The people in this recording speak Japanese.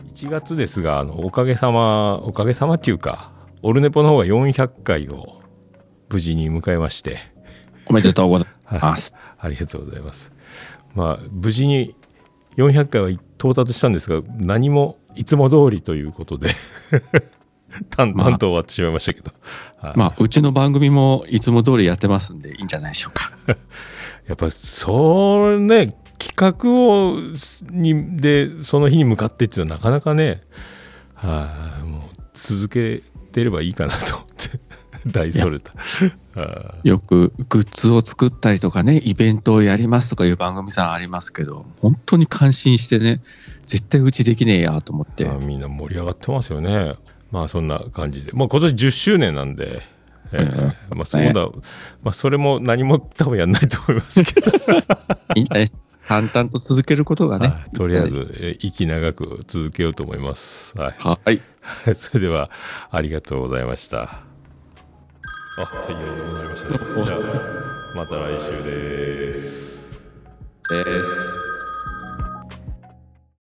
1月ですが、おかげさまっていうか、オルネポの方が400回を無事に迎えまして。 おめでとうございます。 ありがとうございます。まあ、無事に400回は到達したんですが、何もいつも通りということで、淡々と終わってしまいましたけど。 まあ、うちの番組もいつも通りやってますんで、いいんじゃないでしょうか。 やっぱ、そうね、企画で、その日に向かってっていうのはなかなかね、もう続けてればいいかなと思って、大それた。 よくグッズを作ったりとかね、イベントをやりますとかいう番組さんありますけど、本当に感心してね、絶対うちできねえやと思って。 みんな盛り上がってますよね。まあそんな感じで。まあ今年10周年なんで、まあそうだ、まあそれも何も多分やんないと思いますけど。 いいんじゃない淡々と続けることがね。 とりあえず、息長く続けようと思います。はい。 はい。 それでは、ありがとうございました。太陽にもなりましたね。じゃあ、また来週です。